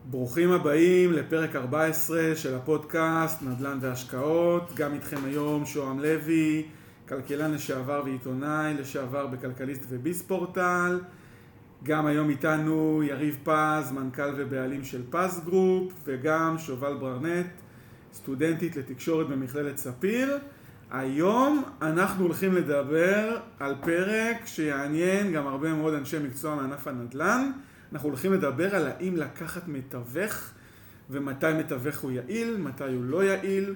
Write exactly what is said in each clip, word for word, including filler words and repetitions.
ברוכים הבאים לפרק ארבע עשרה של הפודקאסט נדל"ן והשקעות. גם איתכם היום שוהם לוי, כלכלן לשעבר ועיתונאי לשעבר בכלכליסט וביספורטל. גם היום איתנו יריב פז, מנכ"ל ובעלים של פז גרופ, וגם שובל ברנט, סטודנטית לתקשורת במכללת ספיר. היום אנחנו הולכים לדבר על פרק שיעניין גם הרבה מאוד אנשי מקצוע מענף הנדל"ן. אנחנו הולכים לדבר על האם לקחת מתווך, ומתי מתווך הוא יעיל, מתי הוא לא יעיל,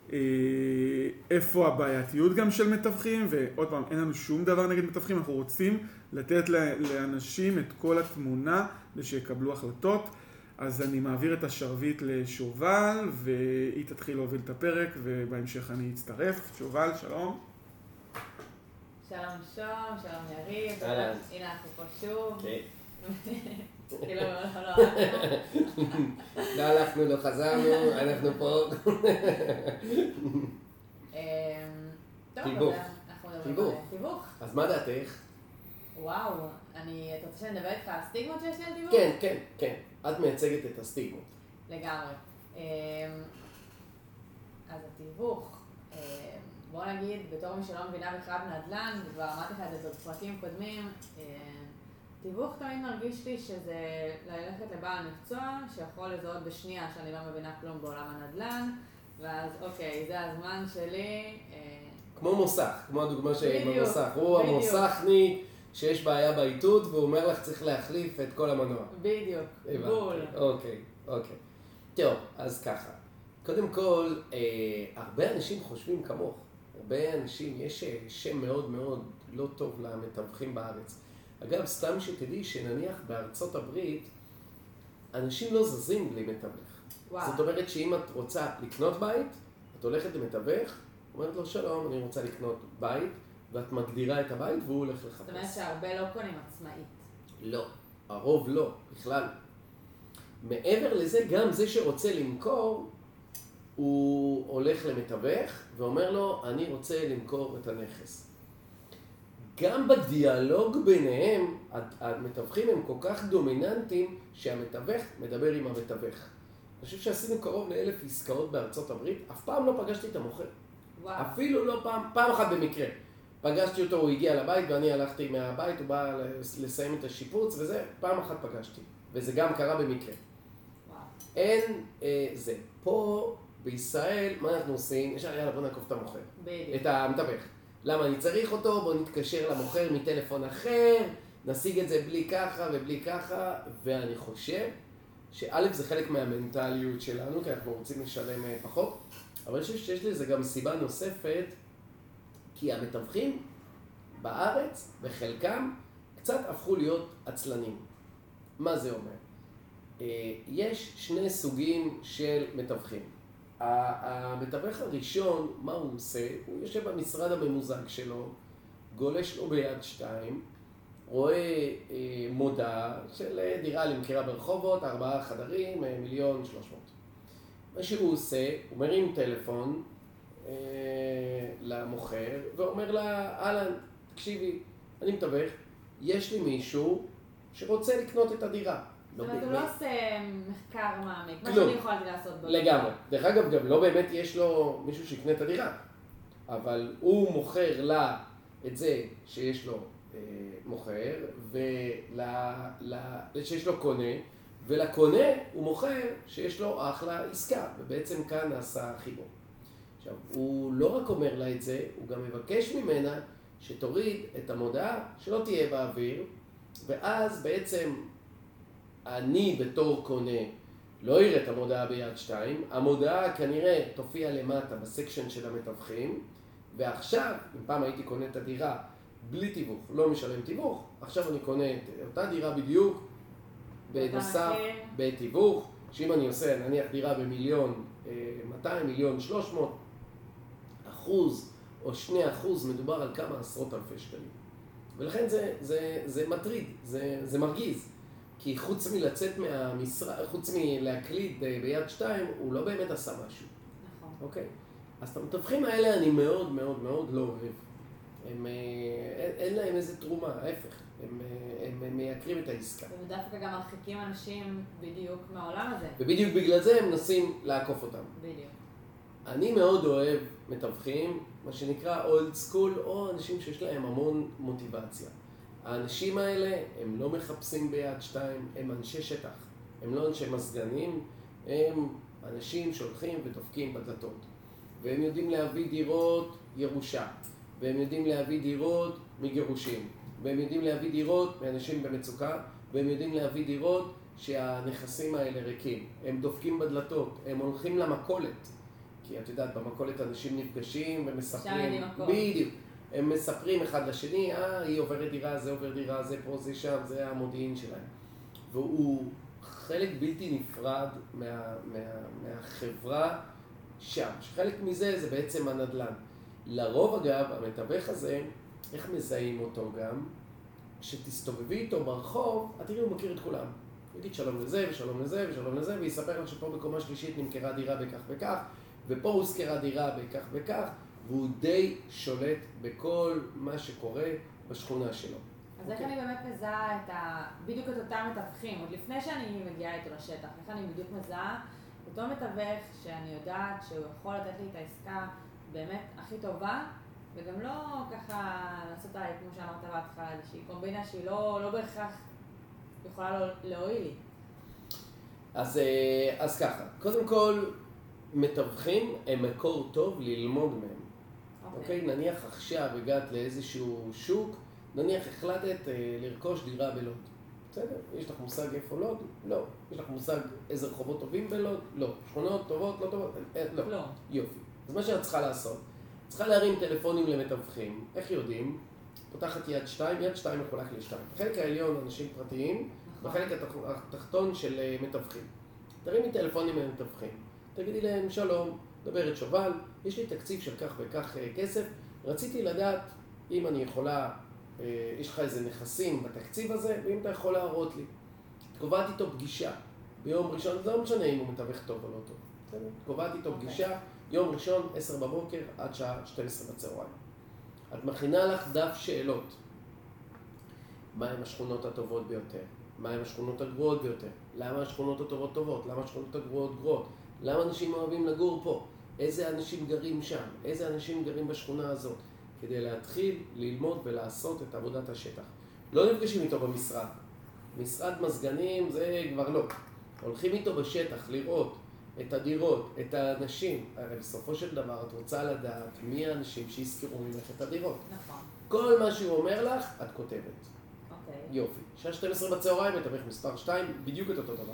איפה הבעייתיות גם של מתווכים, ועוד פעם, אין לנו שום דבר נגד מתווכים, אנחנו רוצים לתת לאנשים את כל התמונה ושיקבלו החלטות. אז אני מעביר את השרביט לשובל, והיא תתחיל להוביל את הפרק, ובהמשך אני אצטרף. שובל, שלום. שלום שום, שלום יריב. הנה אנחנו פה שוב. כאילו לא לא הלכנו, לא חזרנו, אנחנו פה. תיווך. תיווך. תיווך. אז מה דעתך? וואו, אני, אתה רוצה שאני אדבר איתך על הסטיגמות שיש לי על תיווך? כן, כן, כן. את מייצגת את הסטיגמות. לגמרי. אז התיווך, בוא נגיד, בתור מי שלא מבינה בכלל בנדל"ן, כבר אמרתי לך את זה בפרקים קודמים, תיווך תמיד מרגיש לי שזה ללכת לבעל מקצוע שיכול לזהות בשנייה שאני לא מבינה כלום בעולם הנדל"ן, ואז אוקיי, זה הזמן שלי. כמו מוסך, כמו הדוגמה שבמוסך. הוא המוסכניק שיש בעיה באיתות, והוא אומר לך צריך להחליף את כל המנוע. בדיוק, בול. אוקיי, אוקיי. טוב, אז ככה. קודם כל, הרבה אנשים חושבים כמוך. הרבה אנשים, יש שם מאוד מאוד לא טוב למתווכים בארץ. אגב, סתם שתדעי שנניח בארצות הברית, אנשים לא זזים בלי מתווך. זאת אומרת שאם את רוצה לקנות בית, את הולכת למתווך, אומרת לו שלום, אני רוצה לקנות בית, ואת מגדירה את הבית והוא הולך לחפש. זאת אומרת שהרבה לא קונים עצמאית. לא, הרוב לא, בכלל. מעבר לזה, גם זה שרוצה למכור, הוא הולך למתווך ואומר לו, אני רוצה למכור את הנכס. גם בדיאלוג ביניהם, המתווכים הם כל כך דומיננטיים שהמתווך מדבר עם המתווך. אני חושב שעשינו קרוב לאלף עסקאות בארצות הברית, אף פעם לא פגשתי את המוכר. וואו. אפילו לא פעם, פעם אחת במקרה. פגשתי אותו, הוא הגיע לבית ואני הלכתי מהבית, הוא בא לסיים את השיפוץ וזה, פעם אחת פגשתי. וזה גם קרה במקרה. וואו. אין אה, זה. פה בישראל, מה אנחנו עושים? יש יאללה, בוא נעקוף את המוכר. בדיוק. את המתווך. למה אני צריך אותו? בוא נתקשר למוכר מטלפון אחר, נשיג את זה בלי ככה ובלי ככה, ואני חושב שא' זה חלק מהמנטליות שלנו, כי אנחנו רוצים לשלם פחות, אבל אני חושב שיש לזה גם סיבה נוספת, כי המתווכים בארץ, בחלקם, קצת הפכו להיות עצלנים. מה זה אומר? יש שני סוגים של מתווכים. המתווך הראשון, מה הוא עושה? הוא יושב במשרד הממוזג שלו, גולש לו ביד שתיים, רואה אה, מודעה של דירה למכירה ברחובות, ארבעה חדרים, מיליון שלוש מאות. מה שהוא עושה, הוא מרים טלפון אה, למוכר, ואומר לה, אהלן, תקשיבי, אני מתווך, יש לי מישהו שרוצה לקנות את הדירה. זאת אומרת, הוא לא עושה מחקר מעמיק, מה כלום. שאני יכולתי לעשות בו. לגמרי. דרך אגב, גם לא באמת יש לו מישהו שיקנה את הדירה, אבל הוא מוכר לה את זה שיש לו אה, מוכר, ושיש לו קונה, ולקונה הוא מוכר שיש לו אחלה עסקה, ובעצם כאן נעשה חיבור. עכשיו, הוא לא רק אומר לה את זה, הוא גם מבקש ממנה שתוריד את המודעה שלא תהיה באוויר, ואז בעצם אני בתור קונה לא אראה את המודעה ביד שתיים, המודעה כנראה תופיע למטה בסקשן של המתווכים, ועכשיו, אם פעם הייתי קונה את הדירה בלי תיווך, לא משלם תיווך, עכשיו אני קונה את אותה דירה בדיוק, בנוסף בתיווך, שאם אני עושה נניח דירה במיליון מאתיים, מיליון שלוש מאות, אחוז או שני אחוז מדובר על כמה עשרות אלפי שקלים. ולכן זה, זה, זה מטריד, זה, זה מרגיז. כי חוץ מלצאת מהמשרד, חוץ מלהקליד ביד שתיים, הוא לא באמת עשה משהו. נכון. אוקיי? אז את המתווכים האלה אני מאוד מאוד מאוד לא אוהב. הם, אין, אין להם איזה תרומה, ההפך, הם, הם, הם מייקרים את העסקה. ודווקא גם מרחיקים אנשים בדיוק מהעולם הזה. ובדיוק בגלל זה הם מנסים לעקוף אותם. בדיוק. אני מאוד אוהב מתווכים, מה שנקרא אולד סקול, או אנשים שיש להם המון מוטיבציה. האנשים האלה, הם לא מחפשים ביד שתיים, הם אנשי שטח. הם לא אנשי מזגנים, הם אנשים שהולכים ודופקים בדלתות. והם יודעים להביא דירות ירושה, והם יודעים להביא דירות מגירושים, והם יודעים להביא דירות מאנשים במצוקה, והם יודעים להביא דירות שהנכסים האלה ריקים. הם דופקים בדלתות, הם הולכים למכולת. כי את יודעת, במכולת אנשים נפגשים ומספרים. בדיוק. הם מספרים אחד לשני, אה, היא עוברת דירה, זה עובר דירה, זה פה, זה שם, זה המודיעין שלהם. והוא חלק בלתי נפרד מה, מה, מהחברה שם. שחלק מזה זה בעצם הנדל"ן. לרוב אגב, המתווך הזה, איך מזהים אותו גם? כשתסתובבי איתו ברחוב, את תראי, הוא מכיר את כולם. הוא יגיד שלום לזה ושלום לזה ושלום לזה, ויספר לך שפה בקומה שלישית נמכרה דירה בכך וכך, ופה הוזכרה דירה בכך וכך, והוא די שולט בכל מה שקורה בשכונה שלו. אז okay. איך אני באמת מזהה את ה... בדיוק את אותם מתווכים, עוד לפני שאני מגיעה איתו לשטח, איך אני בדיוק מזהה אותו מתווך שאני יודעת שהוא יכול לתת לי את העסקה באמת הכי טובה, וגם לא ככה לעשות עליי, כמו שאמרת בהתחלה, איזושהי קומבינה שהיא לא, לא בהכרח יכולה להועיל לי. אז, אז ככה, קודם כל, מתווכים הם מקור טוב ללמוד מהם. אוקיי? Okay. Okay? נניח עכשיו הגעת לאיזשהו שוק, נניח החלטת אה, לרכוש דירה בלוד. בסדר? יש לך מושג איפה לוד? לא. יש לך מושג איזה רחובות טובים בלוד? לא. שכונות טובות? לא טובות? אה, לא. לא. יופי. אז מה שאת צריכה לעשות, צריכה להרים טלפונים למתווכים. איך יודעים? פותחת יד שתיים, יד שתיים מחולק לשתיים. בחלק העליון אנשים פרטיים, בחלק התחתון של מתווכים. תרימי טלפונים למתווכים. תגידי להם, שלום, דברת שובל, יש לי תקציב של כך וכך כסף, רציתי לדעת אם אני יכולה, יש לך איזה נכסים בתקציב הזה, ואם אתה יכול להראות לי. קובעת איתו פגישה ביום ראשון, זה לא משנה אם הוא מתווך טוב או לא טוב. קובעת איתו okay. פגישה, יום ראשון, עשר בבוקר, עד שעה שתים עשרה בצהריים. את מכינה לך דף שאלות. מהן השכונות הטובות ביותר? מהן השכונות הגרועות ביותר? למה השכונות הטובות טובות? למה השכונות הגרועות גרועות? למה אנשים אוהבים לגור פה? איזה אנשים גרים שם? איזה אנשים גרים בשכונה הזאת? כדי להתחיל ללמוד ולעשות את עבודת השטח. לא נפגשים איתו במשרד. משרד מזגנים זה כבר לא. הולכים איתו בשטח לראות את הדירות, את האנשים. הרי בסופו של דבר את רוצה לדעת מי האנשים שיזכרו ממך את הדירות. נכון. כל מה שהוא אומר לך, את כותבת. אוקיי. יופי. שעה שתים עשרה בצהריים, מתווך מספר שתיים, בדיוק את אותו דבר.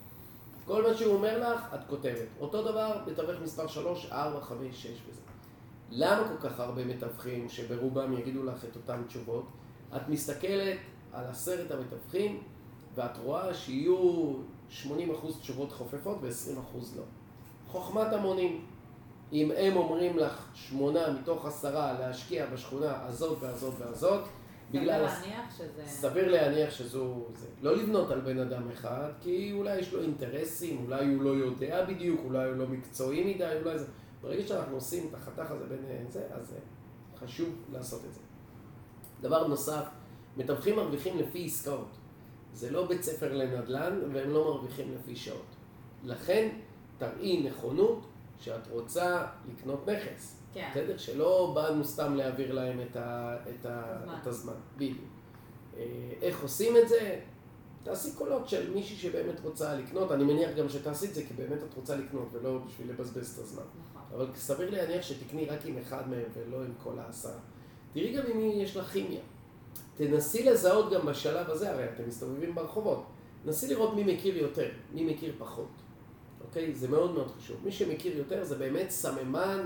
כל מה שהוא אומר לך, את כותבת. אותו דבר, מתווך מספר שלוש, ארבע, חמש, שש וזה. למה כל כך הרבה מתווכים שברובם יגידו לך את אותן תשובות? את מסתכלת על עשרת המתווכים, ואת רואה שיהיו שמונים אחוז תשובות חופפות ו-עשרים אחוז לא. חוכמת המונים. אם הם אומרים לך שמונה מתוך עשרה להשקיע בשכונה הזאת והזאת והזאת, בגלל... להניח שזה... סביר להניח שזו... זה. לא לבנות על בן אדם אחד, כי אולי יש לו אינטרסים, אולי הוא לא יודע בדיוק, אולי הוא לא מקצועי מדי, אולי זה... ברגע שאנחנו עושים את החתך הזה בין זה, אז חשוב לעשות את זה. דבר נוסף, מתווכים מרוויחים לפי עסקאות. זה לא בית ספר לנדל"ן, והם לא מרוויחים לפי שעות. לכן, תראי נכונות שאת רוצה לקנות נכס. כן. בסדר? שלא באנו סתם להעביר להם את, ה, את, ה, את הזמן. בדיוק. איך עושים את זה? תעשי קולות של מישהי שבאמת רוצה לקנות. אני מניח גם שתעשי את זה, כי באמת את רוצה לקנות, ולא בשביל לבזבז את הזמן. נכון. אבל סביר להניח שתקני רק עם אחד מהם, ולא עם כל העשרה. תראי גם אם יש לך כימיה. תנסי לזהות גם בשלב הזה, הרי אתם מסתובבים ברחובות. נסי לראות מי מכיר יותר, מי מכיר פחות. אוקיי? זה מאוד מאוד חשוב. מי שמכיר יותר זה באמת סממן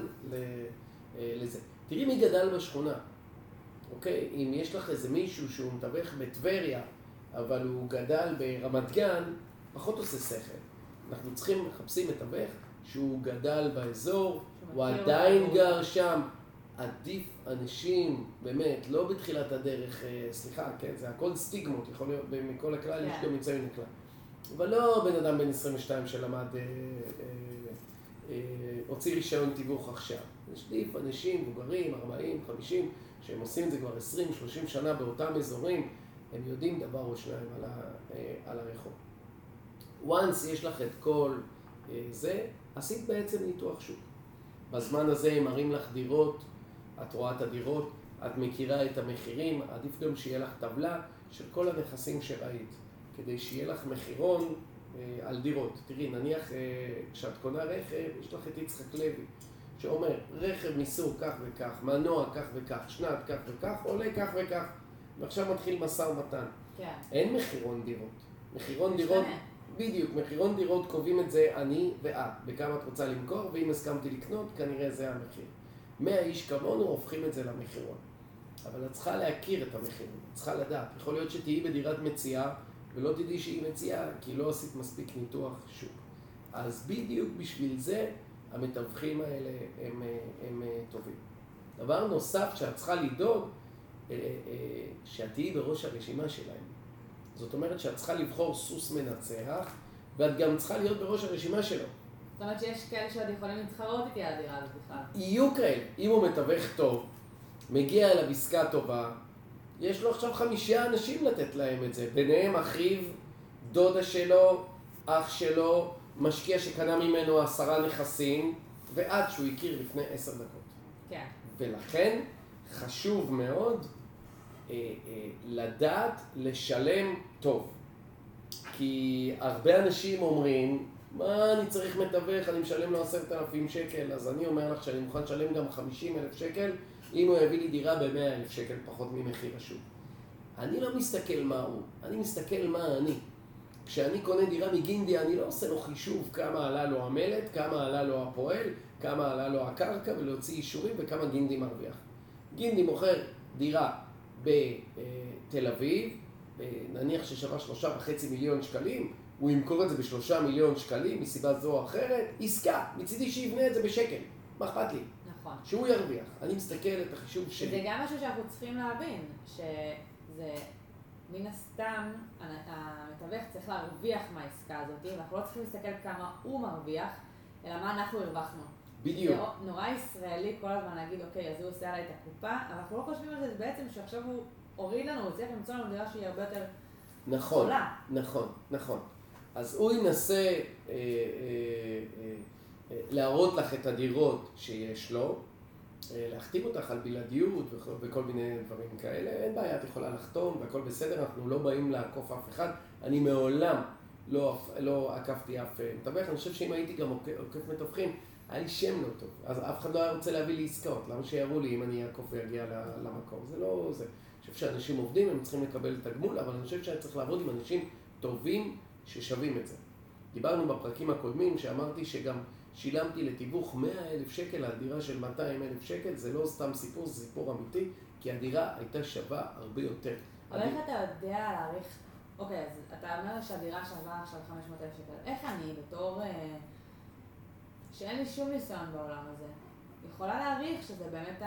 לזה. תראי מי גדל בשכונה. אוקיי? אם יש לך איזה מישהו שהוא מתווך בטבריה, אבל הוא גדל ברמת גן, פחות עושה שכל. אנחנו צריכים לחפשים מתווך שהוא גדל באזור, הוא עדיין גר שם. עדיף אנשים, באמת, לא בתחילת הדרך, סליחה, כן, זה הכל סטיגמות, יכול להיות, מכל הכלל יש גם יצא מן הכלל. אבל לא בן אדם בן עשרים ושתיים שלמד, הוציא רישיון תיווך עכשיו. יש עדיף אנשים, מבוגרים, ארבעים, חמישים, שהם עושים את זה כבר עשרים שלושים שנה באותם אזורים, הם יודעים דבר או שניים על, ה, על הרחוב. once יש לך את כל זה, עשית בעצם ניתוח שוק. בזמן הזה הם מראים לך דירות, את רואה את הדירות, את מכירה את המחירים, עדיף גם שיהיה לך טבלה של כל הנכסים שראית, כדי שיהיה לך מחירון אה, על דירות. תראי, נניח אה, כשאת קונה רכב, יש לך את יצחק לוי, שאומר, רכב מסוג כך וכך, מנוע כך וכך, שנת כך וכך, עולה כך וכך, ועכשיו מתחיל משא ומתן. כן. אין מחירון דירות. מחירון דירות, בדיוק, מחירון דירות קובעים את זה אני ואת, בכמה את רוצה למכור, ואם הסכמתי לקנות, כנראה זה המחיר. מאה איש כמונו הופכים את זה למחירון. אבל את צריכה להכיר את המחירים, את צריכה לדעת. יכול להיות שתהיי בדירת מציאה, ולא תדעי שהיא מציאה, כי לא עשית מספיק ניתוח שוק. אז בדיוק בשביל זה, המתווכים האלה הם, הם, הם טובים. דבר נוסף שאת צריכה לדאוג, שאת תהיי בראש הרשימה שלהם. זאת אומרת שאת צריכה לבחור סוס מנצח, ואת גם צריכה להיות בראש הרשימה שלו. זאת אומרת שיש כאלה שעוד יכולים להתחרות איתי על הדירה הזאת בכלל. יהיו כאלה. אם הוא מתווך טוב, מגיע אליו עסקה טובה, יש לו עכשיו חמישה אנשים לתת להם את זה. ביניהם אחיו, דודה שלו, אח שלו, משקיע שקנה ממנו עשרה נכסים, ועד שהוא הכיר לפני עשר דקות. כן. ולכן חשוב מאוד אה, אה, לדעת לשלם טוב. כי הרבה אנשים אומרים, מה אני צריך מתווך, אני משלם לו עשרת אלפים שקל, אז אני אומר לך שאני מוכן לשלם גם חמישים אלף שקל, אם הוא יביא לי דירה ב-מאה אלף שקל פחות ממחיר השוק. אני לא מסתכל מה הוא, אני מסתכל מה אני. כשאני קונה דירה מגינדי, אני לא עושה לו חישוב כמה עלה לו המלט, כמה עלה לו הפועל, כמה עלה לו הקרקע, ולהוציא אישורים וכמה גינדי מרוויח. גינדי מוכר דירה בתל אביב, נניח ששווה שלושה וחצי מיליון שקלים, הוא ימכור את זה בשלושה מיליון שקלים, מסיבה זו או אחרת, עסקה, מצידי שיבנה את זה בשקל, מה אכפת לי? נכון. שהוא ירוויח. אני מסתכל את החישוב שלי. זה גם משהו שאנחנו צריכים להבין, שזה מן הסתם, המתווך צריך להרוויח מהעסקה הזאת, ואנחנו לא צריכים להסתכל כמה הוא מרוויח, אלא מה אנחנו הרווחנו. בדיוק. זה נורא ישראלי כל הזמן להגיד, אוקיי, אז הוא עושה עליי את הקופה, אבל אנחנו לא חושבים על זה, זה בעצם שעכשיו הוא הוריד לנו, הוא צריך למצוא לנו דירה שהיא הרבה יותר נכון, גדולה. נכון, נכון. אז הוא ינסה אה, אה, אה, להראות לך את הדירות שיש לו, אה, להחתים אותך על בלעדיות וכל, וכל מיני דברים כאלה. אין בעיה, את יכולה לחתום והכל בסדר, אנחנו לא באים לעקוף אף אחד. אני מעולם לא, לא עקפתי אף מתווך. אני חושב שאם הייתי גם עוקף מתווכים, היה לי שם לא טוב. אז אף אחד לא היה רוצה להביא לי עסקאות. למה שיראו לי אם אני אעקוף ויגיע למקום? זה לא זה. אני חושב שאנשים עובדים, הם צריכים לקבל את הגמול, אבל אני חושב שאני צריך לעבוד עם אנשים טובים ששווים את זה. דיברנו בפרקים הקודמים שאמרתי שגם שילמתי לתיווך מאה אלף שקל על דירה של מאתיים אלף שקל, זה לא סתם סיפור, זה סיפור אמיתי, כי הדירה הייתה שווה הרבה יותר. אבל איך אתה יודע להעריך, אוקיי, אז אתה אומר שהדירה שווה עכשיו חמש מאות אלף שקל, איך אני בתור, שאין לי שום ניסיון בעולם הזה, יכולה להעריך שזה באמת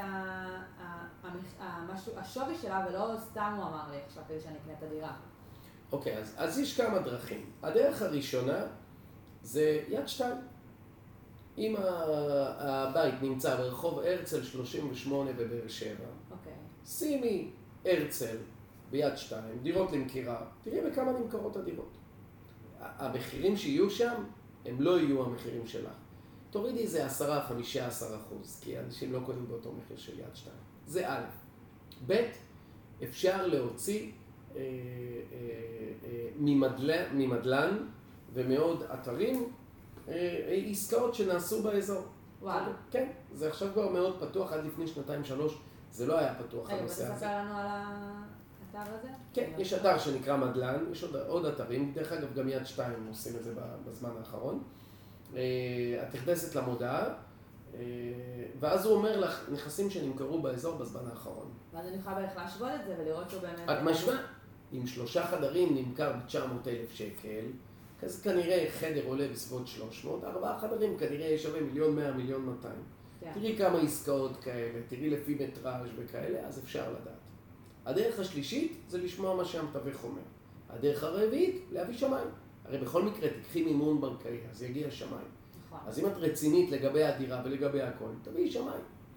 השווי שלה ולא סתם הוא אמר לי עכשיו כדי שאני אקנה את הדירה? אוקיי, אז, אז יש כמה דרכים. הדרך הראשונה זה יד שתיים. אם הבית נמצא ברחוב הרצל שלושים ושמונה בבאר שבע, אוקיי. שימי הרצל ביד שתיים, דירות למכירה, תראי בכמה נמכרות הדירות. המחירים שיהיו שם, הם לא יהיו המחירים שלך. תורידי איזה עשרה, חמישה עשר אחוז, כי אנשים לא קונים באותו מחיר של יד שתיים. זה א'. ב', אפשר להוציא אה, אה, אה, ממדלן, ממדלן ומעוד אתרים אה, עסקאות שנעשו באזור. וואו. כן, זה עכשיו כבר מאוד פתוח, עד לפני שנתיים שלוש זה לא היה פתוח הנושא הזה. רגע, תספר לנו על האתר הזה? כן, יש אתר שנקרא מדלן, יש עוד, עוד אתרים, דרך אגב גם יד שתיים עושים את זה בזמן האחרון. את נכנסת למודעה, ואז הוא אומר לך נכסים שנמכרו באזור בזמן האחרון. ואז אני יכולה בערך להשוות את זה ולראות שהוא באמת... את משווה? עם שלושה חדרים נמכר ב-תשע מאות אלף שקל, אז כנראה חדר עולה בסביבות שלוש מאות, ארבעה חדרים כנראה שווה מיליון מאה, מיליון מאתיים. כן. תראי כמה עסקאות כאלה, תראי לפי מטראז' וכאלה, אז אפשר לדעת. הדרך השלישית זה לשמוע מה שהמתווך אומר. הדרך הרביעית, להביא שמיים. הרי בכל מקרה תקחי מימון בנקאי, אז יגיע שמיים. נכון. אז אם את רצינית לגבי הדירה ולגבי הכל, תביאי שמיים.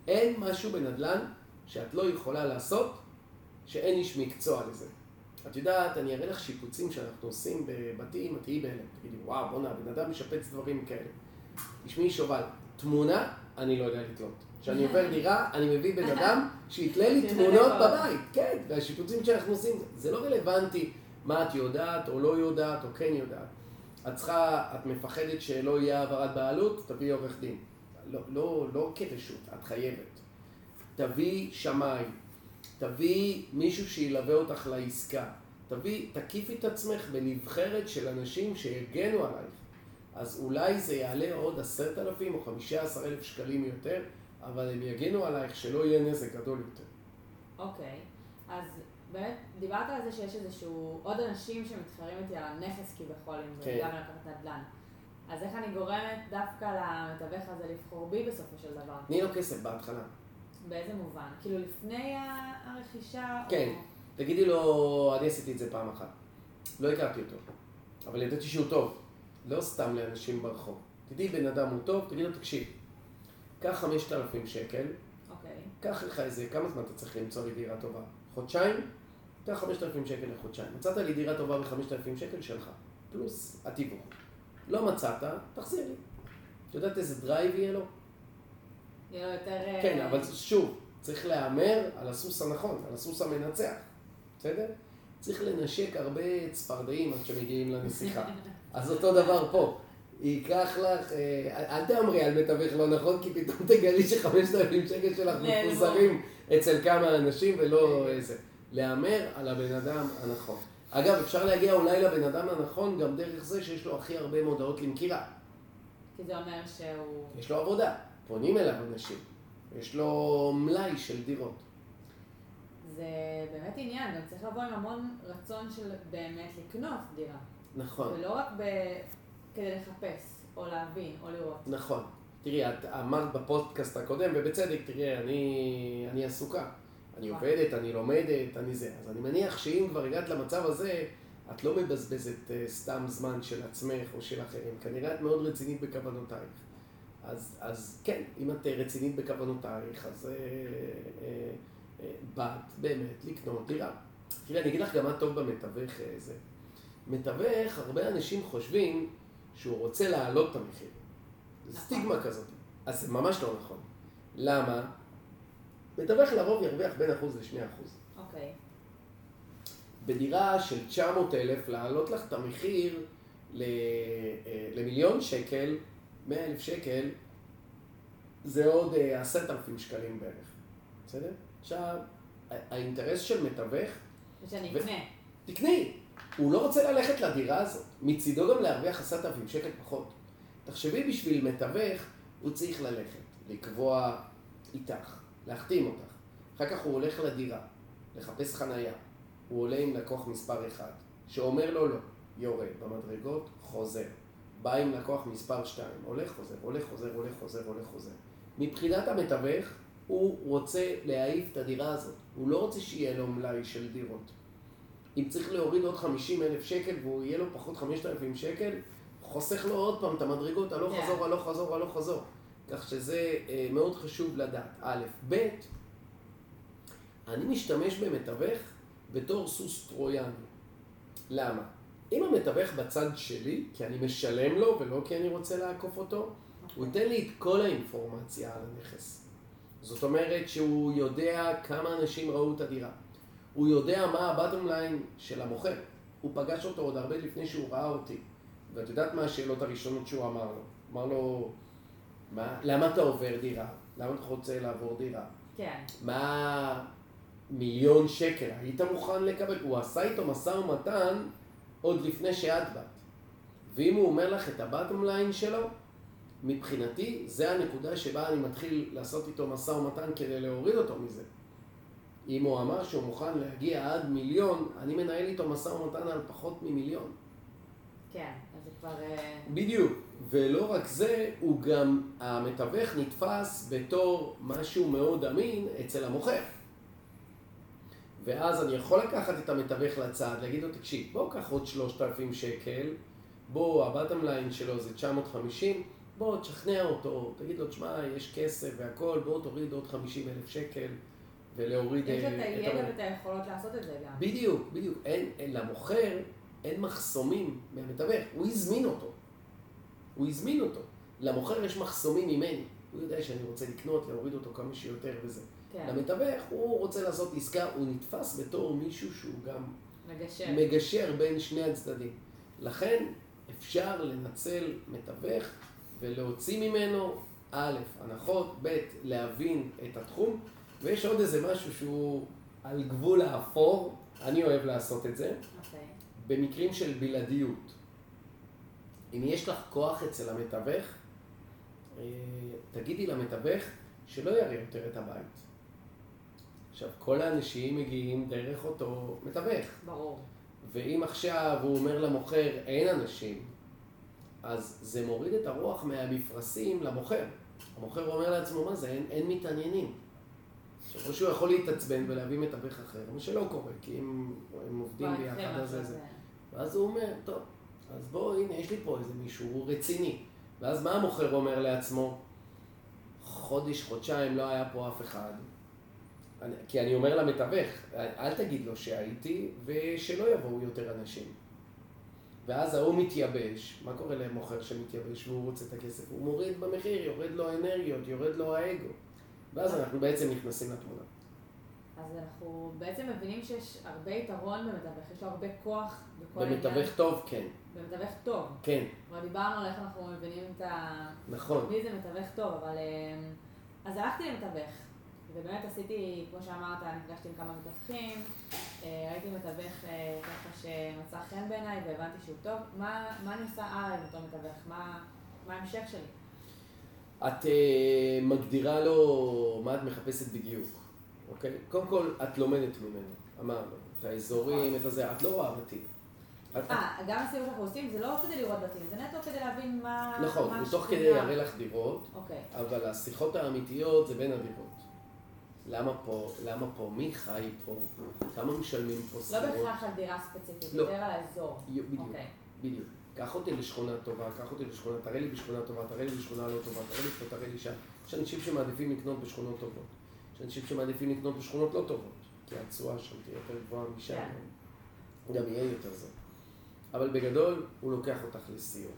אין משהו בנדל"ן שאת לא יכולה לעשות, שאין איש מקצוע לזה. את יודעת, אני אראה לך שיפוצים שאנחנו עושים בבתים, את תהיי בהלם. תגידי, וואו, בוא נע, בן אדם משפץ דברים כאלה. תשמעי שובל, תמונה, אני לא יודע לתלות. כשאני עובר דירה, אני מביא בן אדם שיתלה לי תמונות בבית. כן, והשיפוצים שאנחנו עושים, זה לא רלוונטי מה את יודעת או לא יודעת או כן יודעת. את צריכה, את מפחדת שלא יהיה העברת בעלות, תביאי עורך דין. לא, לא, לא כרשות, את חייבת. תביאי שמאי, תביאי מישהו שילווה אותך לעסקה. תביאי, תקיפי את עצמך בנבחרת של אנשים שיגנו עלייך. אז אולי זה יעלה עוד עשרת אלפים או חמישה עשר אלף שקלים יותר, אבל הם יגנו עלייך שלא יהיה נזק גדול יותר. אוקיי, אז באמת דיברת על זה שיש איזשהו עוד אנשים שמתחרים איתי על הנכס כביכול, אם כן. גם לקחת נדל"ן. אז איך אני גורמת דווקא למתווך הזה לבחור בי בסופו של דבר? תני לו כסף בהתחלה. באיזה מובן? כאילו לפני הרכישה? כן, או... תגידי לו, אני עשיתי את זה פעם אחת. לא הכרתי אותו, אבל ידעתי שהוא טוב. לא סתם לאנשים ברחוב. תדעי, בן אדם הוא טוב, תגיד לו, תקשיב, קח חמשת אלפים שקל, אוקיי. קח לך איזה, כמה זמן אתה צריך למצוא לי דירה טובה? חודשיים? קח חמשת אלפים שקל לחודשיים. מצאת לי דירה טובה ב-חמשת אלפים שקל שלך, פלוס התיווך. לא מצאת, תחזיר לי. את יודעת איזה דרייב יהיה לו? יהיה לו יותר... כן, אבל שוב, צריך להאמר על הסוס הנכון, על הסוס המנצח. בסדר? צריך לנשק הרבה צפרדעים עד שמגיעים לנסיכה. אז אותו דבר פה. ייקח לך, אל תאמרי על מתווך לא נכון, כי פתאום תגלי שחמשת אלפים שקל שלך מפוזרים אצל כמה אנשים ולא איזה. להאמר על הבן אדם הנכון. אגב, אפשר להגיע אולי לבן אדם הנכון גם דרך זה שיש לו הכי הרבה מודעות למכירה. כי זה אומר שהוא... יש לו עבודה, פונים אליו אנשים. יש לו מלאי של דירות. זה באמת עניין, גם צריך לבוא עם המון רצון של באמת לקנות דירה. נכון. ולא רק ב... כדי לחפש, או להבין, או לראות. נכון. תראי, את אמרת בפודקאסט הקודם, ובצדק, תראי, אני, אני עסוקה. אני עובדת, אני לומדת, אני זה. אז אני מניח שאם כבר הגעת למצב הזה, את לא מבזבזת uh, סתם זמן של עצמך או של אחרים. כנראה את מאוד רצינית בכוונותייך. אז, אז כן, אם את רצינית בכוונותייך, אז uh, uh, uh, באת באמת לקנות דירה. תראי, אני אגיד לך גם מה טוב במתווך זה. מתווך, הרבה אנשים חושבים שהוא רוצה להעלות את המחיר. זה סטיגמה כזאת. אז זה ממש לא נכון. למה? מתווך לרוב ירוויח בין אחוז לשני אחוז. אוקיי. בדירה של תשע מאות אלף, להעלות לך את המחיר למיליון שקל, מאה אלף שקל, זה עוד עשרת אלפים שקלים בערך. בסדר? עכשיו, האינטרס של מתווך... ושאני אקנה. תקני. הוא לא רוצה ללכת לדירה הזאת. מצידו גם להרוויח עשרת אלפים שקל פחות. תחשבי, בשביל מתווך, הוא צריך ללכת, לקבוע איתך, להחתים אותך. אחר כך הוא הולך לדירה, לחפש חנייה. הוא עולה עם לקוח מספר אחד, שאומר לו לא, יורד במדרגות, חוזר. בא עם לקוח מספר שתיים, הולך חוזר, הולך חוזר, הולך חוזר, הולך חוזר. מבחינת המתווך, הוא רוצה להעיף את הדירה הזאת. הוא לא רוצה שיהיה לו מלאי של דירות. אם צריך להוריד עוד חמישים אלף שקל והוא יהיה לו פחות חמשת אלפים שקל, חוסך לו עוד פעם את המדרגות, הלוך Yeah. חזור, הלוך חזור, הלוך חזור. כך שזה אה, מאוד חשוב לדעת. א', ב', אני משתמש במתווך בתור סוס טרויאני. למה? אם המתווך בצד שלי, כי אני משלם לו ולא כי אני רוצה לעקוף אותו, okay. הוא ייתן לי את כל האינפורמציה על הנכס. זאת אומרת שהוא יודע כמה אנשים ראו את הדירה. הוא יודע מה הבטום ליין של המוכר. הוא פגש אותו עוד הרבה לפני שהוא ראה אותי. ואת יודעת מה השאלות הראשונות שהוא אמר לו? אמר לו, מה? למה אתה עובר דירה? למה אתה רוצה לעבור דירה? כן. מה מיליון שקל? היית מוכן לקבל? הוא עשה איתו משא ומתן עוד לפני שאת באת. ואם הוא אומר לך את הבטום ליין שלו, מבחינתי, זה הנקודה שבה אני מתחיל לעשות איתו משא ומתן כדי להוריד אותו מזה. אם הוא אמר שהוא מוכן להגיע עד מיליון, אני מנהל איתו משא ומתן על פחות ממיליון. כן, אז זה כבר... בדיוק. ולא רק זה, הוא גם, המתווך נתפס בתור משהו מאוד אמין אצל המוכר. ואז אני יכול לקחת את המתווך לצד, להגיד לו, תקשיב, בוא קח עוד שלושת אלפים שקל, בוא, הבטום ליין שלו זה תשע מאות וחמישים, בוא תשכנע אותו, תגיד לו, תשמע, יש כסף והכל, בוא תוריד עוד חמישים אלף שקל ולהוריד... יש את הידע ואת היכולות לעשות את זה גם. בדיוק, בדיוק. אין, אין, למוכר אין מחסומים מהמתווך, הוא הזמין אותו. הוא הזמין אותו. למוכר יש מחסומים ממני. הוא יודע שאני רוצה לקנות, להוריד אותו כמה שיותר וזה. כן. למתווך, הוא רוצה לעשות עסקה, הוא נתפס בתור מישהו שהוא גם מגשר. מגשר בין שני הצדדים. לכן אפשר לנצל מתווך ולהוציא ממנו א', הנחות, ב', להבין את התחום, ויש עוד איזה משהו שהוא על גבול האפור, אני אוהב לעשות את זה, אוקיי. במקרים של בלעדיות. אם יש לך כוח אצל המתווך, תגידי למתווך שלא יראה יותר את הבית. עכשיו, כל האנשים מגיעים דרך אותו מתווך. ברור. ואם עכשיו הוא אומר למוכר אין אנשים, אז זה מוריד את הרוח מהמפרסים למוכר. המוכר אומר לעצמו, מה זה? אין, אין מתעניינים. עכשיו, או שהוא יכול להתעצבן ולהביא מתווך אחר, מה שלא קורה, כי הם, הם עובדים ביחד על זה. ואז הוא אומר, טוב, אז בוא, הנה, יש לי פה איזה מישהו, הוא רציני. ואז מה המוכר אומר לעצמו? חודש, חודשיים לא היה פה אף אחד. אני, כי אני אומר למתווך, אל תגיד לו שהייתי ושלא יבואו יותר אנשים. ואז ההוא מתייבש. מה קורה למוכר שמתייבש והוא רוצה את הכסף? הוא מוריד במחיר, יורד לו האנרגיות, יורד לו האגו. ואז אנחנו בעצם נכנסים לתמונה. אז אנחנו בעצם מבינים שיש הרבה יתרון במתווך, יש לו הרבה כוח בכל העניין. במתווך טוב, כן. במתווך טוב. כן. כבר דיברנו על איך אנחנו מבינים את ה... נכון. מי זה מתווך טוב, אבל... אז הלכתי למתווך, ובאמת עשיתי, כמו שאמרת, נפגשתי עם כמה מתווכים, ראיתי מתווך ככה שמצא חן בעיניי והבנתי שהוא טוב. מה, מה אני עושה הלאה עם אותו מתווך? מה, מה ההמשך שלי? את uh, מגדירה לו מה את מחפשת בדיוק, אוקיי? קודם כל, את לומדת ממנו, אמרנו, את האזורים, את הזה, את לא רואה בתים. אה, גם הסיבוב שאנחנו עושים זה לא כדי לראות בתים, זה נטו כדי להבין מה... נכון, הוא תוך כדי יראה לך דירות, אוקיי. אבל השיחות האמיתיות זה בין הדירות. למה פה, למה פה, מי חי פה, כמה משלמים פה שכירות? לא בהכרח על דירה ספציפית, לא. יותר על האזור. בדיוק, אוקיי. בדיוק. קח אותי לשכונה טובה, קח אותי לשכונה, תראה לי בשכונה טובה, תראה לי בשכונה לא טובה, תראה לי פה, תראה לי שם. יש אנשים שמעדיפים לקנות בשכונות טובות. יש אנשים שמעדיפים לקנות בשכונות לא טובות, כי התשואה שם תהיה יותר גבוהה משם. כן. גם יהיה יותר זה. אבל בגדול, הוא לוקח אותך לסיור.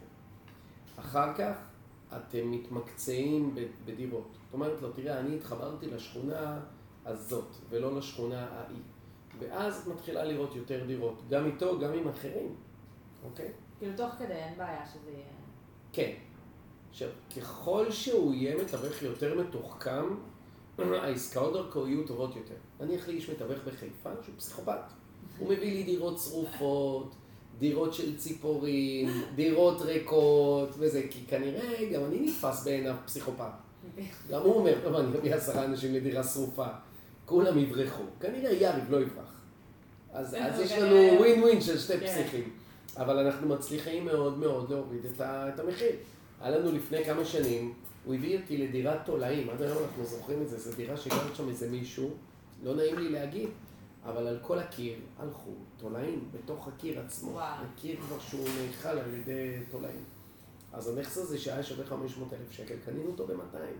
אחר כך, אתם מתמקצעים בדירות. זאת אומרת לו, תראה, אני התחברתי לשכונה הזאת, ולא לשכונה ההיא. ואז מתחילה לראות יותר דירות, גם איתו, גם עם אחרים. אוקיי? כאילו תוך כדי, אין בעיה שזה יהיה... כן. עכשיו, ככל שהוא יהיה מתווך יותר מתוחכם, העסקאות דרכו יהיו טובות יותר. נניח לי איש מתווך בחיפה שהוא פסיכופת. הוא מביא לי דירות צרופות, דירות של ציפורים, דירות ריקות וזה, כי כנראה גם אני נתפס בעיניו פסיכופת. גם הוא אומר, טוב, אני אביא עשרה אנשים לדירה שרופה, כולם יברחו. כנראה יריב לא יברח. אז, אז יש לנו ווין ווין של שתי פסיכים. אבל אנחנו מצליחים מאוד מאוד להוריד את, ה, את המחיר. היה לנו לפני כמה שנים, הוא הביא אותי לדירת תולעים, עד היום אנחנו זוכרים את זה, זו דירה שגרת שם איזה מישהו, לא נעים לי להגיד, אבל על כל הקיר הלכו תולעים, בתוך הקיר עצמו, וואו. הקיר כבר שהוא נאכל על ידי תולעים. אז הנכס הזה שהיה שווה חמש מאות אלף שקל, קנינו אותו ב-מאתיים.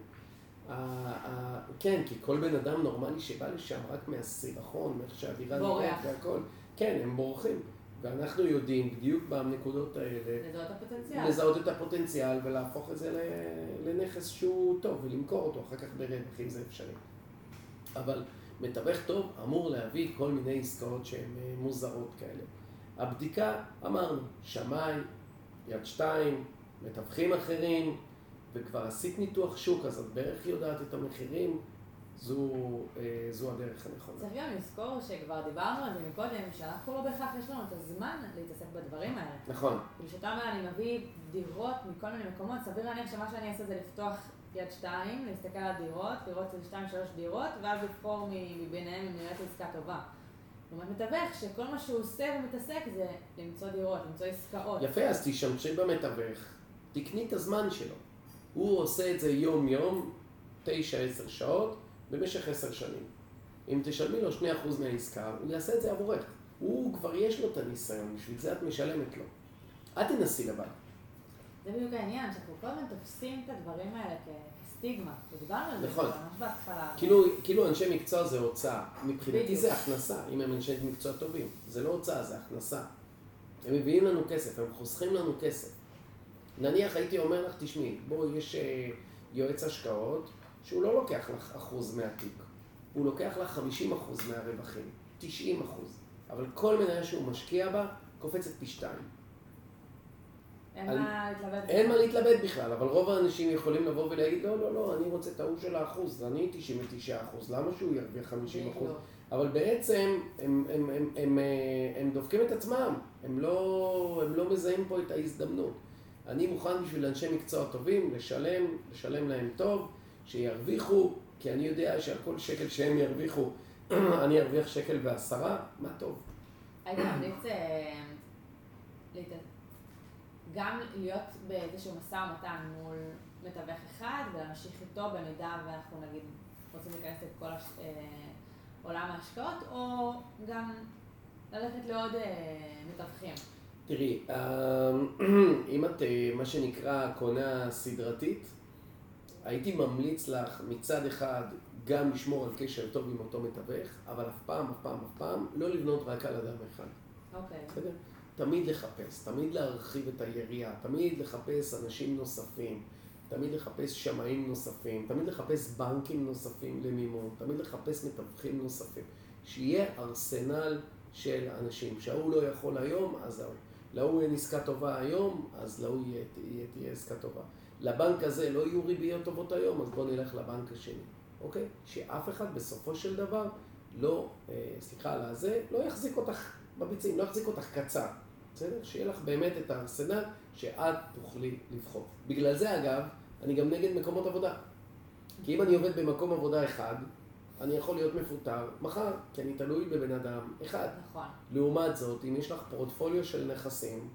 כן, כי כל בן אדם נורמלי שבא לשם רק מהסירחון, מאיך שהדירה נראית והכל, כן, הם בורחים. ואנחנו יודעים בדיוק בנקודות האלה לזהות הפוטנציאל. לזהות את הפוטנציאל ולהפוך את זה לנכס שהוא טוב ולמכור אותו אחר כך ברווח אם זה אפשרי. אבל מתווך טוב אמור להביא כל מיני עסקאות שהן מוזרות כאלה. הבדיקה, אמרנו, שמאי, יד שתיים, מתווכים אחרים, וכבר עשית ניתוח שוק, אז את בערך יודעת את המחירים, זו, זו הדרך הנכונה. צריך גם לזכור שכבר דיברנו על זה מקודם, שאנחנו לא בהכרח יש לנו את הזמן להתעסק בדברים האלה. נכון. כשאתה אומר, אני מביא דירות מכל מיני מקומות, סביר להניח שמה שאני אעשה זה לפתוח יד שתיים, להסתכל על הדירות, לראות איזה שתיים, שלוש דירות, ואז לבחור מביניהם אם נראית עסקה טובה. זאת אומרת, מתווך שכל מה שהוא עושה ומתעסק זה למצוא דירות, למצוא עסקאות. יפה, אז תשמשי במתווך, תקני את הזמן שלו. הוא עושה את זה יום-יום, תשע עשר שעות, במשך עשר שנים. אם תשלמי לו שני אחוז מהעסקה, הוא יעשה את זה עבורך. הוא כבר יש לו את הניסיון, בשביל זה את משלמת לו. את תנסי לבד. זה בדיוק העניין, שאנחנו כל הזמן תופסים את הדברים האלה כסטיגמה. דיברנו על זה, נכון. ממש בהתחלה. כאילו, כאילו אנשי מקצוע זה הוצאה. מבחינתי בדיוק. זה הכנסה, אם הם אנשי מקצוע טובים. זה לא הוצאה, זה הכנסה. הם מביאים לנו כסף, הם חוסכים לנו כסף. נניח הייתי אומר לך, תשמעי, בואו, יש אה, יועץ השקעות, שהוא לא לוקח לך אחוז מהתיק. הוא לוקח לך חמישים אחוז מהרווחים, תשעים אחוז. אבל כל מניה שהוא משקיע בה, קופצת פי שתיים. אין על... מה להתלבט. אין מה להתלבט בכלל, אבל רוב האנשים יכולים לבוא ולהגיד, לא, לא, לא, אני רוצה את ההוא של האחוז, אני תשעים ותשעה אחוז, למה שהוא ירוויח חמישים אחוז? אבל בעצם הם, הם, הם, הם, הם דופקים את עצמם, הם לא, הם לא מזהים פה את ההזדמנות. אני מוכן בשביל אנשי מקצוע טובים לשלם, לשלם להם טוב, שירוויחו, כי אני יודע שעל כל שקל שהם ירוויחו, אני ארוויח שקל ועשרה, מה טוב. הייתי ממליץ גם להיות באיזשהו משא ומתן מול מתווך אחד ולהמשיך איתו במידה ואנחנו נגיד רוצים להיכנס את כל הש... עולם ההשקעות, או גם ללכת לעוד מתווכים. תראי, אם את מה שנקרא קונה סדרתית, הייתי ממליץ לך מצד אחד גם לשמור על קשר טוב עם אותו מתווך, אבל אף פעם, אף פעם, אף פעם, לא לבנות רק על אדם אחד. אוקיי. בסדר? תמיד לחפש, תמיד להרחיב את היריעה, תמיד לחפש אנשים נוספים, תמיד לחפש שמאים נוספים, תמיד לחפש בנקים נוספים למימון, תמיד לחפש מתווכים נוספים. שיהיה ארסנל של אנשים, שההוא לא יכול היום, אז ההוא. להוא יהיה עסקה טובה היום, אז להוא תהיה עסקה טובה. לבנק הזה לא יהיו ריביות טובות היום, אז בוא נלך לבנק השני. אוקיי? שאף אחד בסופו של דבר לא, אה, סליחה על הזה, לא יחזיק אותך בביצים, לא יחזיק אותך קצר. בסדר? שיהיה לך באמת את הארסנל שאת תוכלי לבחור. בגלל זה אגב, אני גם נגד מקומות עבודה. כי אם אני עובד במקום עבודה אחד, אני יכול להיות מפוטר מחר, כי אני תלוי בבן אדם אחד. נכון. לעומת זאת, אם יש לך פורטפוליו של נכסים,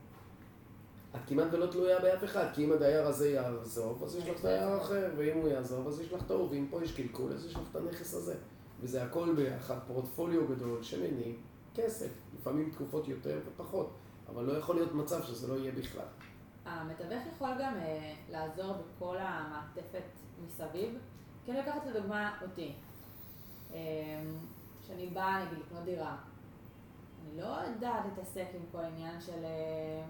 את כמעט ולא תלויה באף אחד, כי אם הדייר הזה יעזוב, אז יש לך דייר אחר, ואם הוא יעזוב, אז יש לך טוב, ואם פה יש קלקול, אז יש לך את הנכס הזה. וזה הכל ביחד, פורטפוליו גדול שמניב כסף, לפעמים תקופות יותר ופחות, אבל לא יכול להיות מצב שזה לא יהיה בכלל. המתווך יכול גם אה, לעזור בכל המעטפת מסביב, כי אני לוקחת לדוגמה אותי, אה, שאני באה נגיד לקנות דירה. אני לא יודעת להתעסק עם כל עניין של אה,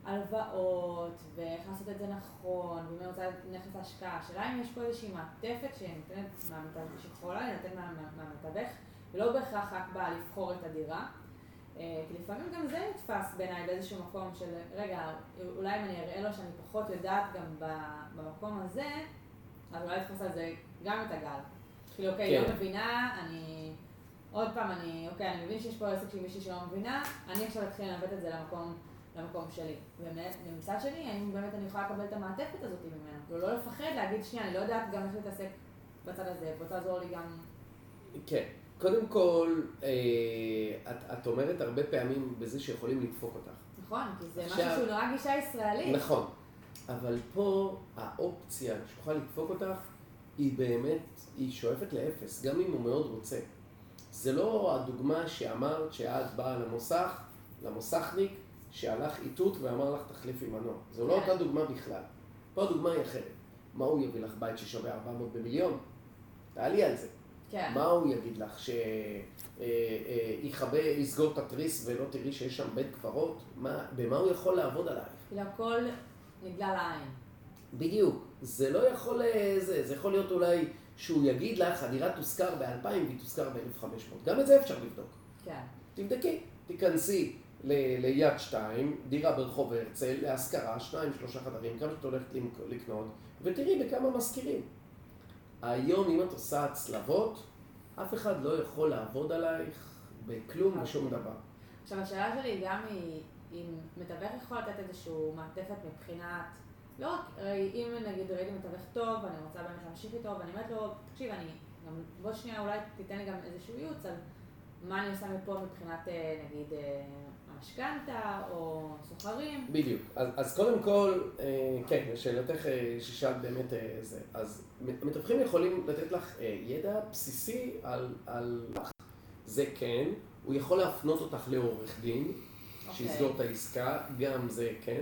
הלוואות ואיך לעשות את זה נכון, ואם אני רוצה נכס להשקעה. השאלה אם יש פה איזושהי מעטפת שניתנת מהמתווך, שיכולה להינתן מהמתווך, ולא בהכרח רק באה לבחור את הדירה. כי לפעמים גם זה נתפס בעיניי באיזשהו מקום של, רגע, אולי אם אני אראה לו שאני פחות יודעת גם במקום הזה, אז אולי לתפוס על זה גם את הגל. כאילו, אוקיי, לא מבינה, אני... עוד פעם, אני, אוקיי, אני מבין שיש פה עסק של מישהי שלא מבינה, אני עכשיו אתחיל לנווט את זה למקום, למקום שלי. ומצד שני, האם באמת אני יכולה לקבל את המעטפת הזאת ממנו? כאילו, לא לפחד להגיד, שנייה, אני לא יודעת גם איך להתעסק בצד הזה, בוא תעזור לי גם... כן. קודם כל, את, את אומרת הרבה פעמים בזה שיכולים לדפוק אותך. נכון, כי זה משהו שהוא נורא גישה ישראלית. נכון, אבל פה האופציה שיוכל לדפוק אותך היא באמת, היא שואפת לאפס, גם אם הוא מאוד רוצה. זה לא הדוגמה שאמרת שאת באה למוסך, למוסכניק, שהלך איתות ואמר לך תחליפי מנוע. זו לא אותה דוגמה בכלל. פה הדוגמה היא אחרת. מה הוא יביא לך בית ששווה ארבע מאות במיליון? תעלי על זה. כן. מה הוא יגיד לך? שיסגור את התריס ולא תראי שיש שם בית קברות? במה הוא יכול לעבוד עלייך? כאילו הכל נגלה לעין. בדיוק. זה לא יכול... זה, זה יכול להיות אולי שהוא יגיד לך, הדירה תושכר ב-אלפיים והיא תושכר ב-אלף וחמש מאות. גם את זה אפשר לבדוק. כן. תבדקי. תיכנסי ל- ליד שתיים, דירה ברחוב הרצל, להשכרה, שניים, שלושה חדרים, כמה שאת הולכת לקנות, ותראי בכמה מזכירים. היום אם את עושה הצלבות, אף אחד לא יכול לעבוד עלייך בכלום ושום דבר. עכשיו השאלה שלי היא גם היא, אם מתווך יכול לתת איזשהו מעטפת מבחינת, לא רק, אם נגיד ראיתי מתווך טוב ואני רוצה באמת להמשיך איתו, ואני אומרת לו, תקשיב, אני גם בוא שנייה אולי תיתן לי גם איזשהו ייעוץ על מה אני עושה מפה מבחינת נגיד המשכנתה או סוחרים. בדיוק. אז, אז קודם כל, כן, לשאלתך ששאלת באמת זה, אז מתווכים יכולים לתת לך ידע בסיסי על, על זה כן, הוא יכול להפנות אותך לעורך דין, שיסגור את העסקה, גם זה כן,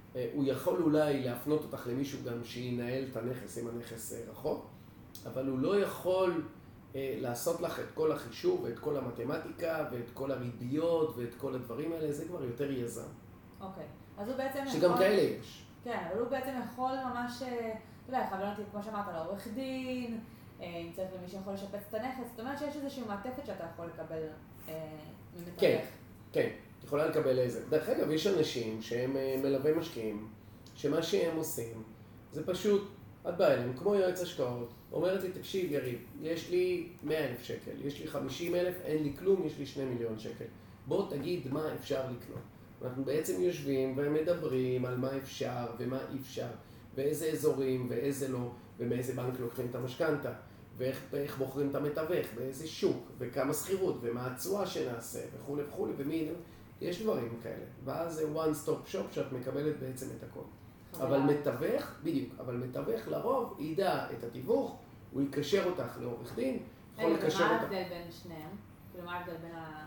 הוא יכול אולי להפנות אותך למישהו גם שינהל את הנכס, אם הנכס רחוק, אבל הוא לא יכול לעשות לך את כל החישוב ואת כל המתמטיקה ואת כל הריביות ואת כל הדברים האלה, זה כבר יותר יזם. אוקיי, אז הוא בעצם יכול... שגם כאלה יש. כן, אבל הוא בעצם יכול ממש, אתה יודע, יכוון אותי, כמו שאמרת, לעורך דין, אם צריך למי שיכול לשפץ את הנכס, זאת אומרת שיש איזושהי מעטפת שאתה יכול לקבל ממתווך. כן, כן, יכולה לקבל איזה. דרך אגב, יש אנשים שהם מלווי משקיעים, שמה שהם עושים זה פשוט, את באה אליהם, כמו יועץ השקעות, אומרת לי, תקשיב יריב, יש לי מאה אלף שקל, יש לי חמישים אלף, אין לי כלום, יש לי שני מיליון שקל. בוא תגיד מה אפשר לקנות. אנחנו בעצם יושבים ומדברים על מה אפשר ומה אי אפשר, ואיזה אזורים ואיזה לא, ומאיזה בנק לוקחים את המשכנתא, ואיך איך בוחרים את המתווך, באיזה שוק, וכמה שכירות, ומה התשואה שנעשה, וכו' וכו', ומי... יש דברים כאלה. ואז זה one stop shop שאת מקבלת בעצם את הכל. אבל מתווך, בדיוק, אבל מתווך לרוב ידע את התיווך, הוא יקשר אותך לעורך דין, יכול לקשר אותך. מה ההבדל בין שניהם? כאילו מה ההבדל בין ה...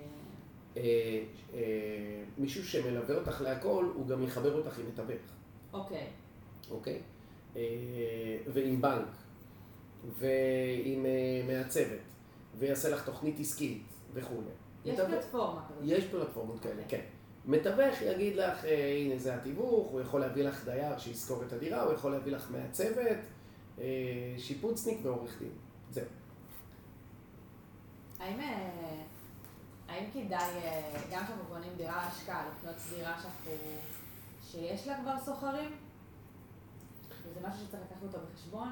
מישהו שמלווה אותך להכל, הוא גם יחבר אותך עם מתווך. אוקיי. אוקיי? ועם בנק, ועם מעצבת, ויעשה לך תוכנית עסקית וכו'. יש פלטפורמה כזאת. יש פלטפורמות כאלה, כן. מתווך יגיד לך, הנה זה התיווך, הוא יכול להביא לך דייר שיזכור את הדירה, הוא יכול להביא לך מעצבת, שיפוצניק ועורך דין. זהו. האם... האם כדאי, גם כשאנחנו קונים דירה להשקעה, לקנות דירה שאנחנו, שיש לה כבר סוחרים? וזה משהו שצריך לקחת אותו בחשבון?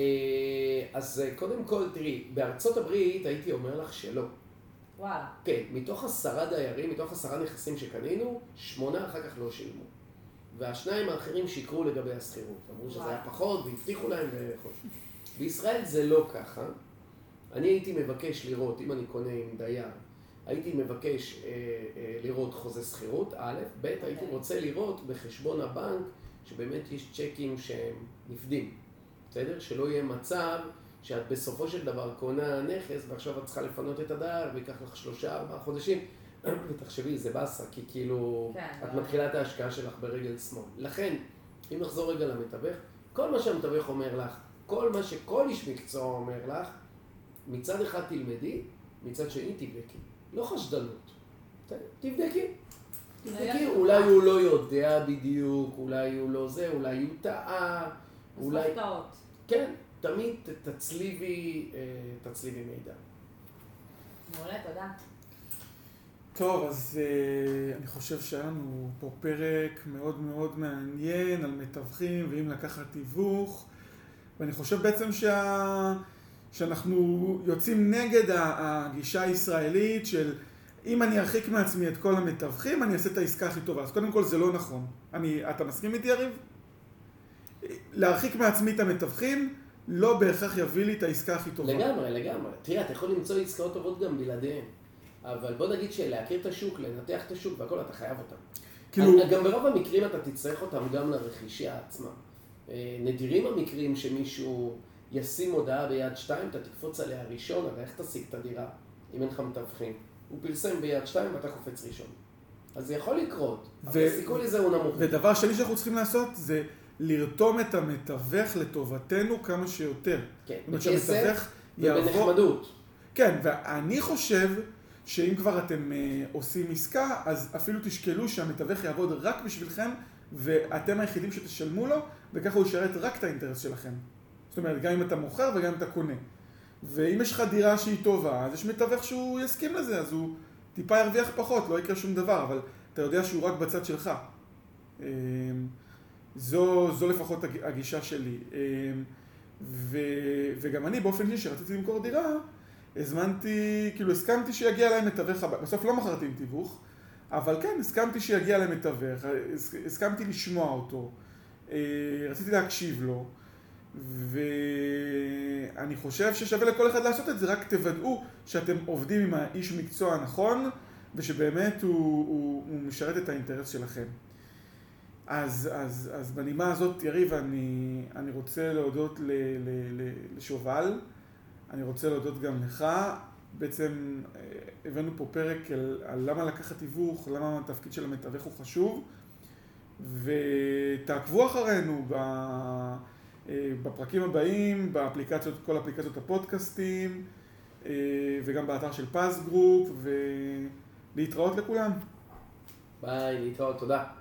אז קודם כל, תראי, בארצות הברית הייתי אומר לך שלא. וואלה. כן, מתוך עשרה דיירים, מתוך עשרה נכסים שקנינו, שמונה אחר כך לא שילמו. והשניים האחרים שיקרו לגבי הסחירות. אמרו שזה היה פחות והבטיחו להם ויכול. בישראל זה לא ככה. אני הייתי מבקש לראות, אם אני קונה עם דייר, הייתי מבקש אה, אה, לראות חוזה שכירות, א', ב', okay. הייתי רוצה לראות בחשבון הבנק שבאמת יש צ'קים שהם נפדים. בסדר? שלא יהיה מצב שאת בסופו של דבר קונה נכס ועכשיו את צריכה לפנות את הדייר ויקח לך שלושה, ארבעה חודשים ותחשבי, זה בסה, כי כאילו okay, את מתחילה את ההשקעה שלך ברגל שמאל. לכן, אם נחזור רגע למתווך, כל מה שהמתווך אומר לך, כל מה שכל איש מקצוע אומר לך, מצד אחד תלמדי, מצד שני תבדקי. לא חשדנות. תבדקי. תבדקי, אולי הוא לא יודע בדיוק, אולי הוא לא זה, אולי הוא טעה, אולי... הפתעות. כן, תמיד תצליבי, תצליבי מידע. מעולה, תודה. טוב, אז אני חושב שהיה לנו פה פרק מאוד מאוד מעניין על מתווכים ואם לקחת תיווך, ואני חושב בעצם שה... שאנחנו יוצאים נגד הגישה הישראלית של אם אני ארחיק מעצמי את כל המתווכים, אני אעשה את העסקה הכי טובה. אז קודם כל זה לא נכון. אני, אתה מסכים איתי, יריב? להרחיק מעצמי את המתווכים לא בהכרח יביא לי את העסקה הכי טובה. לגמרי, לגמרי. תראה, אתה יכול למצוא עסקאות טובות גם בלעדיהם. אבל בוא נגיד שלהכיר את השוק, לנתח את השוק והכל, אתה חייב אותם. כאילו... גם ברוב המקרים אתה תצטרך אותם גם לרכישה עצמה. נדירים המקרים שמישהו... ישים הודעה ביד שתיים, אתה תקפוץ עליה ראשון, אבל איך תשיג את הדירה אם אין לך מתווכים? הוא פרסם ביד שתיים ואתה קופץ ראשון. אז זה יכול לקרות, ו... אבל הסיכוי לזה הוא נמוך. ודבר שני שאנחנו צריכים לעשות זה לרתום את המתווך לטובתנו כמה שיותר. כן, בכסף ובנחמדות. כן, ואני חושב שאם כבר אתם uh, עושים עסקה, אז אפילו תשקלו שהמתווך יעבוד רק בשבילכם, ואתם היחידים שתשלמו לו, וככה הוא ישרת רק את האינטרס שלכם. זאת אומרת, גם אם אתה מוכר וגם אם אתה קונה. ואם יש לך דירה שהיא טובה, אז יש מתווך שהוא יסכים לזה, אז הוא טיפה ירוויח פחות, לא יקרה שום דבר, אבל אתה יודע שהוא רק בצד שלך. זו, זו לפחות הגישה שלי. ו, וגם אני באופן אישי שרציתי למכור דירה, הזמנתי, כאילו הסכמתי שיגיע להם מתווך הבא. בסוף לא מכרתי עם תיווך, אבל כן, הסכמתי שיגיע להם מתווך, הסכמתי לשמוע אותו, רציתי להקשיב לו. ואני חושב ששווה לכל אחד לעשות את זה, רק תוודאו שאתם עובדים עם האיש מקצוע הנכון, ושבאמת הוא, הוא, הוא משרת את האינטרס שלכם. אז, אז, אז בנימה הזאת, יריב, אני, אני רוצה להודות ל, ל, ל, לשובל, אני רוצה להודות גם לך. בעצם הבאנו פה פרק על, על למה לקחת תיווך, למה התפקיד של המתווך הוא חשוב, ותעקבו אחרינו בפרקים הבאים, באפליקציות, כל אפליקציות הפודקאסטים, וגם באתר של פז גרופ, ולהתראות לכולם. ביי, להתראות, תודה.